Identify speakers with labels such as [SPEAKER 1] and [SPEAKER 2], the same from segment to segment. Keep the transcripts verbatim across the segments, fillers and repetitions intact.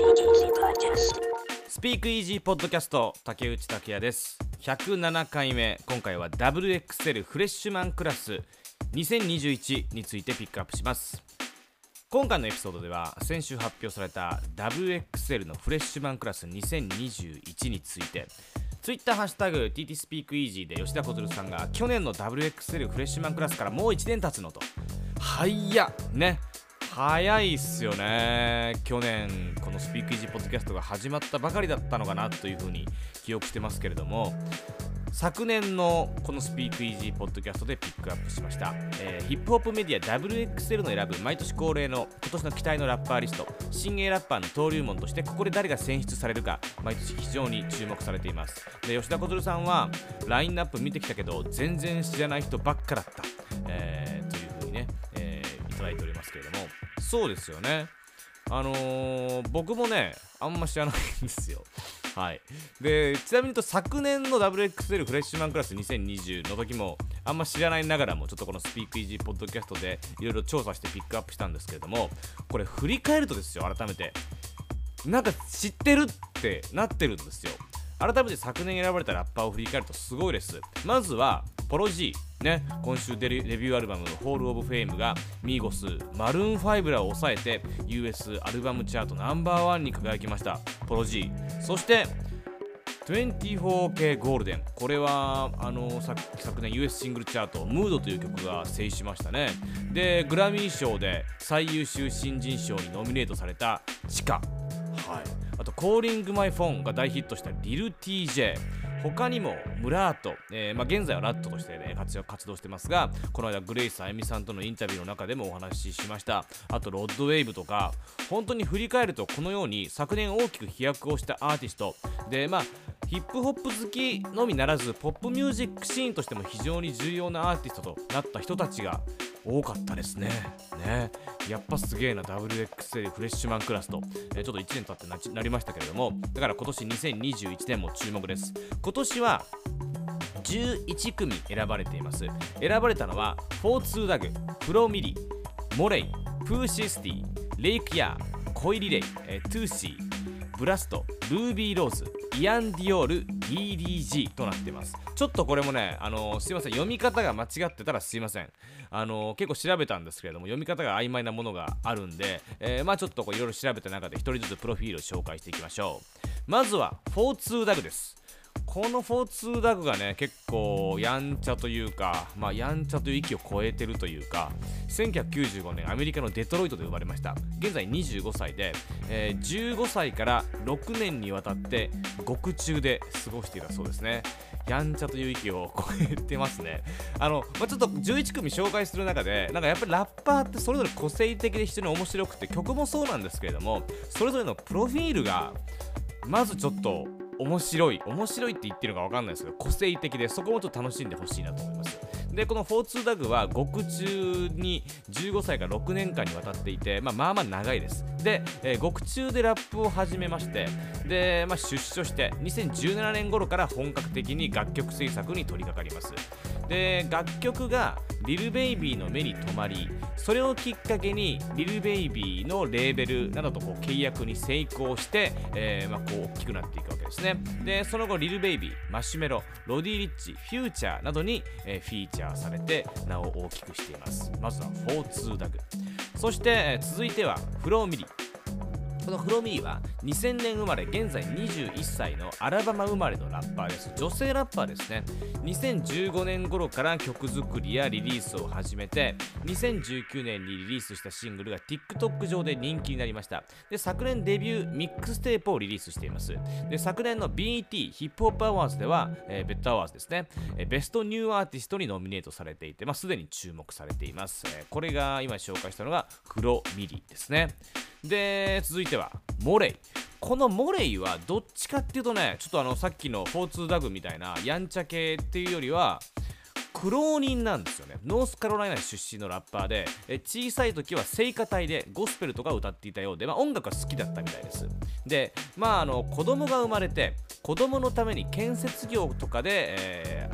[SPEAKER 1] スピークイージーポッドキャスト、竹内拓也です。ひゃくななかいめ、今回は ダブリューエックスエル フレッシュマンクラスにせんにじゅういちについてピックアップします。今回のエピソードでは先週発表された ダブリューエックスエル のフレッシュマンクラスにせんにじゅういちについて、ツイッターハッシュタグ ティーティー スピークイージーで吉田小さんが去年の ダブリューエックスエル フレッシュマンクラスからもういちねん経つのと、早っね、早いっすよね。去年このスピークイージーポッドキャストが始まったばかりだったのかなというふうに記憶してますけれども、昨年のこのスピークイージーポッドキャストでピックアップしました、えー、ヒップホップメディア ダブリューエックスエル の選ぶ毎年恒例の今年の期待のラッパーリスト、新鋭ラッパーの登竜門としてここで誰が選出されるか毎年非常に注目されています。で、吉田小さんはラインナップ見てきたけど全然知らない人ばっかだった、えー、というふうにね、えー、いただいておりますけれども、そうですよね。あのー、僕もねあんま知らないんですよ。はい。で、ちなみに言うと昨年の ダブリューエックスエル フレッシュマンクラスにせんにじゅうの時もあんま知らないながらもちょっとこのスピークイージーポッドキャストでいろいろ調査してピックアップしたんですけれども、これ振り返るとですよ、改めてなんか知ってるってなってるんですよ。改めて昨年選ばれたラッパーを振り返るとすごいです。まずはポロジーね、今週デレビューアルバムホールオブフェイムがミーゴス、マルーンファイブらを抑えて ユーエス アルバムチャートナンバーワンに輝きました。ポロジー。そしてにじゅうよんケー ゴールデン、これはあの 昨, 昨年 ユーエス シングルチャートムードという曲が制しましたね。で、グラミー賞で最優秀新人賞にノミネートされたチカ、はい、あとコーリングマイフォンが大ヒットしたリル ティージェー、他にもムラート、えーまあ、現在はラットとして、ね、活, 活動してますが、この間グレイスあゆみさんとのインタビューの中でもお話ししました。あとロッドウェイブとか、本当に振り返るとこのように昨年大きく飛躍をしたアーティストで、まあヒップホップ好きのみならずポップミュージックシーンとしても非常に重要なアーティストとなった人たちが多かったですね。ね、やっぱすげえな ダブリューエックスエル フレッシュマンクラスと、えー、ちょっといちねん経ってななりましたけれども、だから今年にせんにじゅういちねんも注目です。今年はじゅういちくみ選ばれています。選ばれたのはフォーツーダグ、プロミリ、モレイ、プーシスティ、レイクヤー、コイリレイ、えー、トゥーシー、ブラスト、ルービーローズ、イアン・ディオール、ディーディージー となっています。ちょっとこれもね、あのー、すいません、読み方が間違ってたらすいません。あのー、結構調べたんですけれども読み方が曖昧なものがあるんで、えー、まあちょっといろいろ調べた中で一人ずつプロフィールを紹介していきましょう。まずはフォーツーダグです。このフォーツーダグがね結構やんちゃというか、まあやんちゃという域を超えてるというか、せんきゅうひゃくきゅうじゅうごねんアメリカのデトロイトで生まれました。現在にじゅうごさいで、えー、じゅうごさいからろくねんにわたって獄中で過ごしていたそうですね。やんちゃという域を超えてますね。あの、まあ、ちょっとじゅういちくみ紹介する中でなんかやっぱりラッパーってそれぞれ個性的で非常に面白くて、曲もそうなんですけれどもそれぞれのプロフィールがまずちょっと面白い面白いって言ってるのか分かんないですけど個性的で、そこもちょっと楽しんでほしいなと思います。で、このフォーツーダグは獄中にじゅうごさいからろくねんかんにわたっていて、まあ、まあまあ長いです。で、えー、獄中でラップを始めまして、で、まあ、出所してにせんじゅうななねん頃から本格的に楽曲制作に取り掛かります。で、楽曲がリルベイビーの目に留まり、それをきっかけにリルベイビーのレーベルなどとこう契約に成功して、えーまあ、こう大きくなっていくわけですね。で、その後リルベイビー、マシュメロ、ロディ・リッチ、フューチャーなどに、えー、フィーチャーされて名を大きくしています。まずはフォーツーダグ、そして、えー、続いてはフローミリ。このフロミーはにせんねん生まれ、現在にじゅういっさいのアラバマ生まれのラッパーです。女性ラッパーですね。にせんじゅうごねん頃から曲作りやリリースを始めて、にせんじゅうきゅうねんにリリースしたシングルが TikTok 上で人気になりました。で、昨年デビューミックステープをリリースしています。で、昨年の ビーイーティー ヒップホップアワーズでは、えー、ベッドアワーズですね、えー、ベストニューアーティストにノミネートされていて、まあ、すでに注目されています。えー、これが今紹介したのがフロミリですね。で、続いてはモレイ。このモレイはどっちかっていうとね、ちょっとあのさっきのフォーツーダグみたいなやんちゃ系っていうよりは苦労人なんですよね。ノースカロライナ出身のラッパーで、え小さい時は聖歌隊でゴスペルとか歌っていたようで、まあ、音楽が好きだったみたいです。で、まああの子供が生まれて子供のために建設業とかで、えー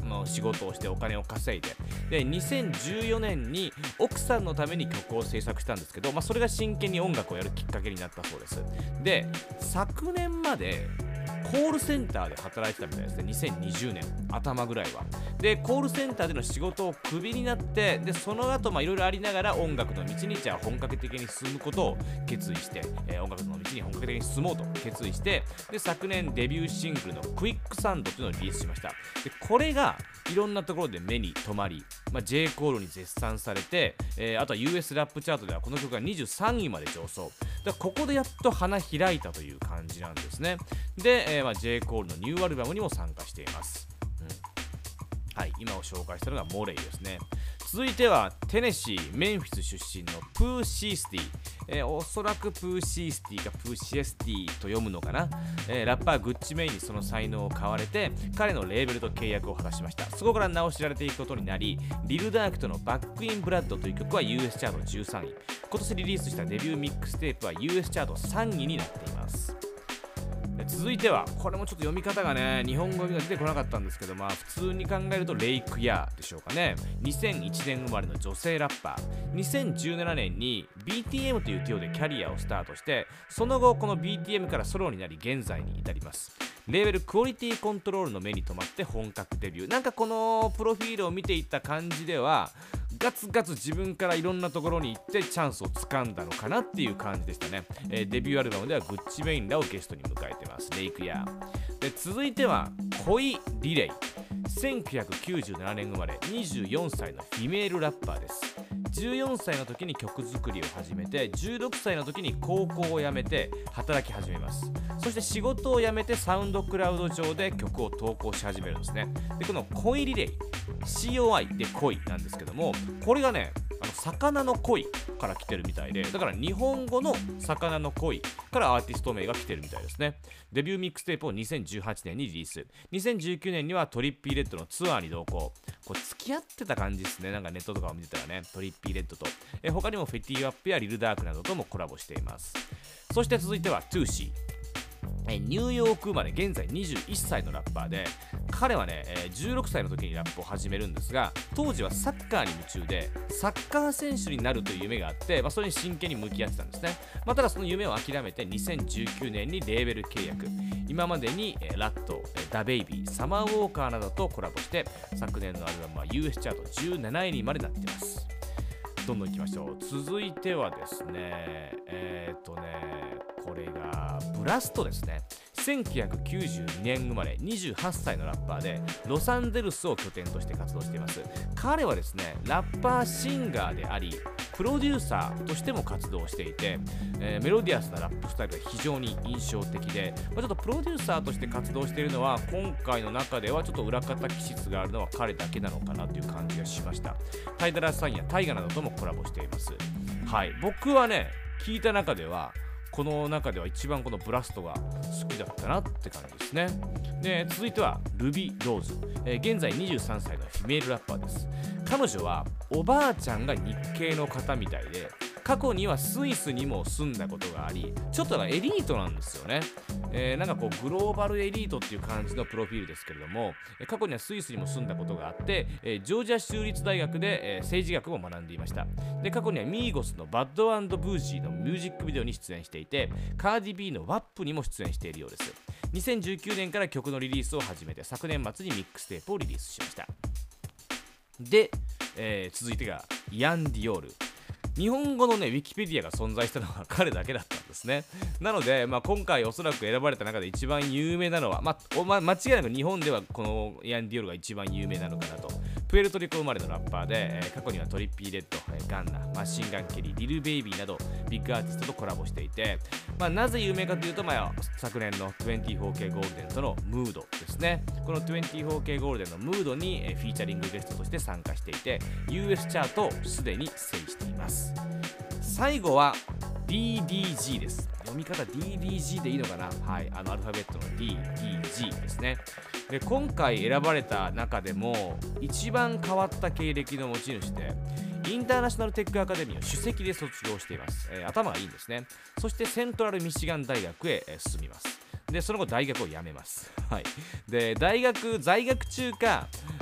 [SPEAKER 1] の仕事をしてお金を稼いで、でにせんじゅうよねんに奥さんのために曲を制作したんですけど、まあ、それが真剣に音楽をやるきっかけになったそうです。で昨年までコールセンターで働いてたみたいですね。にせんにじゅうねん頭ぐらいは。でコールセンターでの仕事をクビになって、でその後まあいろいろありながら音楽の道にじゃあ本格的に進むことを決意して、えー、音楽の道に本格的に進もうと決意して、で昨年デビューシングルのクイックサンドというのをリリースしました。でこれがいろんなところで目に留まり、まあ、J コールに絶賛されて、えー、あとは ユーエス ラップチャートではこの曲がにじゅうさんいまで上昇。だからここでやっと花開いたという感じなんですね。で、えーまあ、J コールのニューアルバムにも参加しています。うん、はい、今を紹介したのがモレイですね。続いてはテネシー、メンフィス出身のプーシースティ、えー、おそらくプーシースティかプーシエスティと読むのかな、えー、ラッパーグッチメインにその才能を買われて彼のレーベルと契約を果たしました。そこから名を知られていくことになり、リルダークとのバックインブラッドという曲は ユーエス チャートじゅうさんい、今年リリースしたデビューミックステープは ユーエス チャートさんいになっています。続いてはこれもちょっと読み方がね日本語読みが出てこなかったんですけど、まあ普通に考えるとレイクヤーでしょうかね。にせんいちねん生まれの女性ラッパー、にせんじゅうななねんに ビーティーエム というデュオでキャリアをスタートして、その後この ビーティーエム からソロになり現在に至ります。レーベルクオリティコントロールの目に留まって本格デビュー。なんかこのプロフィールを見ていった感じではガツガツ自分からいろんなところに行ってチャンスをつかんだのかなっていう感じでしたね。えー、デビューアルバムではグッチメインらをゲストに迎えてます。レイクヤーで続いてはコイ・リレイ、せんきゅうひゃくきゅうじゅうななねん生まれにじゅうよんさいのフィメールラッパーです。じゅうよんさいの時に曲作りを始めて、じゅうろくさいの時に高校を辞めて働き始めます。そして仕事を辞めてサウンドクラウド上で曲を投稿し始めるんですね。でこのコイリレイ シーオーアイ で恋なんですけども、これがねあの魚の恋から来てるみたいで、だから日本語の魚の恋からアーティスト名が来てるみたいですね。デビューミックステープをにせんじゅうはちねんにリリース、にせんじゅうきゅうねんにはトリッピーレッドのツアーに同行。これ付き合ってた感じですね。なんかネットとかを見てたらね、トリッピーレッドとえ他にもフェティアップやリルダークなどともコラボしています。そして続いてはトゥーシー、えニューヨーク生まれ現在にじゅういっさいのラッパーで、彼はね、えー、じゅうろくさいの時にラップを始めるんですが、当時はサッカーに夢中でサッカー選手になるという夢があって、まあ、それに真剣に向き合ってたんですね。まあ、ただその夢を諦めてにせんじゅうきゅうねんにレーベル契約。今までに、えー、ラット、えー、ダベイビー、サマーウォーカーなどとコラボして、昨年のアルバムは ユーエス チャートじゅうなないにまでなっています。どんどんいきましょう。続いてはですね、えっとね、これがブラストですね。せんきゅうひゃくきゅうじゅうにねん生まれにじゅうはっさいのラッパーで、ロサンゼルスを拠点として活動しています。彼はですね、ラッパーシンガーでありプロデューサーとしても活動していて、えー、メロディアスなラップスタイルが非常に印象的で、まあ、ちょっとプロデューサーとして活動しているのは今回の中ではちょっと裏方気質があるのは彼だけなのかなという感じがしました。タイダラサインやタイガなどともコラボしています。はい、僕はね聞いた中ではこの中では一番このブラストが好きだったなって感じですね。で続いてはルビ・ローズ、えー、現在にじゅうさんさいのフィメールラッパーです。彼女はおばあちゃんが日系の方みたいで、過去にはスイスにも住んだことがあり、ちょっとエリートなんですよね。えー、なんかこうグローバルエリートっていう感じのプロフィールですけれども、過去にはスイスにも住んだことがあって、えー、ジョージア州立大学で、えー、政治学を学んでいました。で過去にはミーゴスのバッド&ブージーのミュージックビデオに出演していて、カーディビーのワップにも出演しているようです。にせんじゅうきゅうねんから曲のリリースを始めて、昨年末にミックステープをリリースしました。で、えー、続いてがイアン・ディオール。日本語のねウィキペディアが存在したのは彼だけだったんですね。なので、まあ、今回おそらく選ばれた中で一番有名なのは、まあ、ま間違いなく日本ではこのイアン・ディオールが一番有名なのかなと。プエルトリコ生まれのラッパーで、えー、過去にはトリッピーレッド、えー、ガンナ、マシンガンケリー、リルベイビーなどビッグアーティストとコラボしていて、まあ、なぜ有名かというと、まあ、昨年の にじゅうよんケー ゴールデンとのムードですね。この にじゅうよんケー ゴールデンのムードに、えー、フィーチャリングゲストとして参加していて、 ユーエス チャートをすでに制しています。最後は ディーディージー です。読み方 ディーディージー でいいのかな。はい、あのアルファベットの ディーディージー ですね。で今回選ばれた中でも一番変わった経歴の持ち主で、インターナショナルテックアカデミーを首席で卒業しています。えー、頭がいいんですね。そしてセントラルミシガン大学へ、えー、進みます。でその後大学を辞めます。はい、で大学在学中か、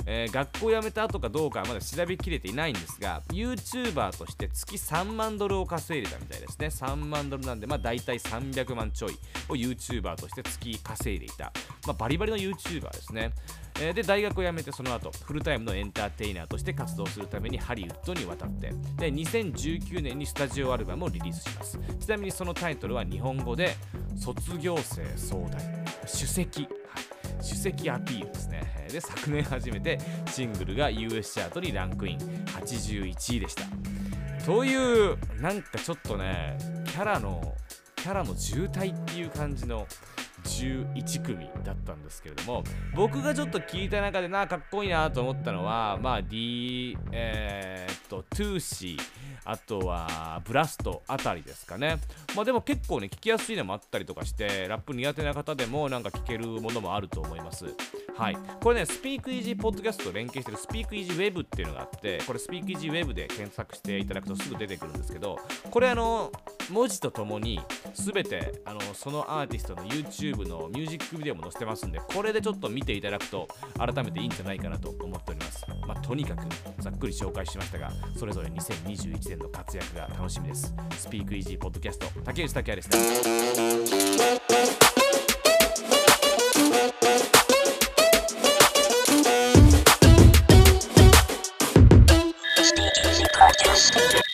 [SPEAKER 1] えー、学校辞めた後かどうかはまだ調べきれていないんですが、 YouTuber として月さんまんドルを稼いでたみたいですね。さんまんドルなんで、まあ大体さんびゃくまんちょいを YouTuber として月稼いでいた、まあ、バリバリの YouTuber ですね。えー、で大学を辞めてその後フルタイムのエンターテイナーとして活動するためにハリウッドに渡って、でにせんじゅうきゅうねんにスタジオアルバムをリリースします。ちなみにそのタイトルは日本語で卒業生総代、首席、はい、首席アピールですね。で昨年初めてシングルが ユーエス チャートにランクイン、はちじゅういちいでした。というなんかちょっとねキャラのキャラの渋滞っていう感じのじゅういちくみだったんですけれども、僕がちょっと聞いた中でなかっこいいなと思ったのは、まあ D えー、っとトゥーシー、あとはブラストあたりですかね。まあでも結構ね聞きやすいのもあったりとかして、ラップ苦手な方でもなんか聞けるものもあると思います。はい、これねスピークイージーポッドキャストと連携してるスピークイージーウェブっていうのがあって、これスピークイージーウェブで検索していただくとすぐ出てくるんですけど、これあの文字とともに全てあのそのアーティストの YouTube のミュージックビデオも載せてますんで、これでちょっと見ていただくと改めていいんじゃないかなと思っております。まあとにかくざっくり紹介しましたが、それぞれにせんにじゅういちねんの活躍が楽しみです。スピークイージーポッドキャスト、竹内拓也でした。Podcast.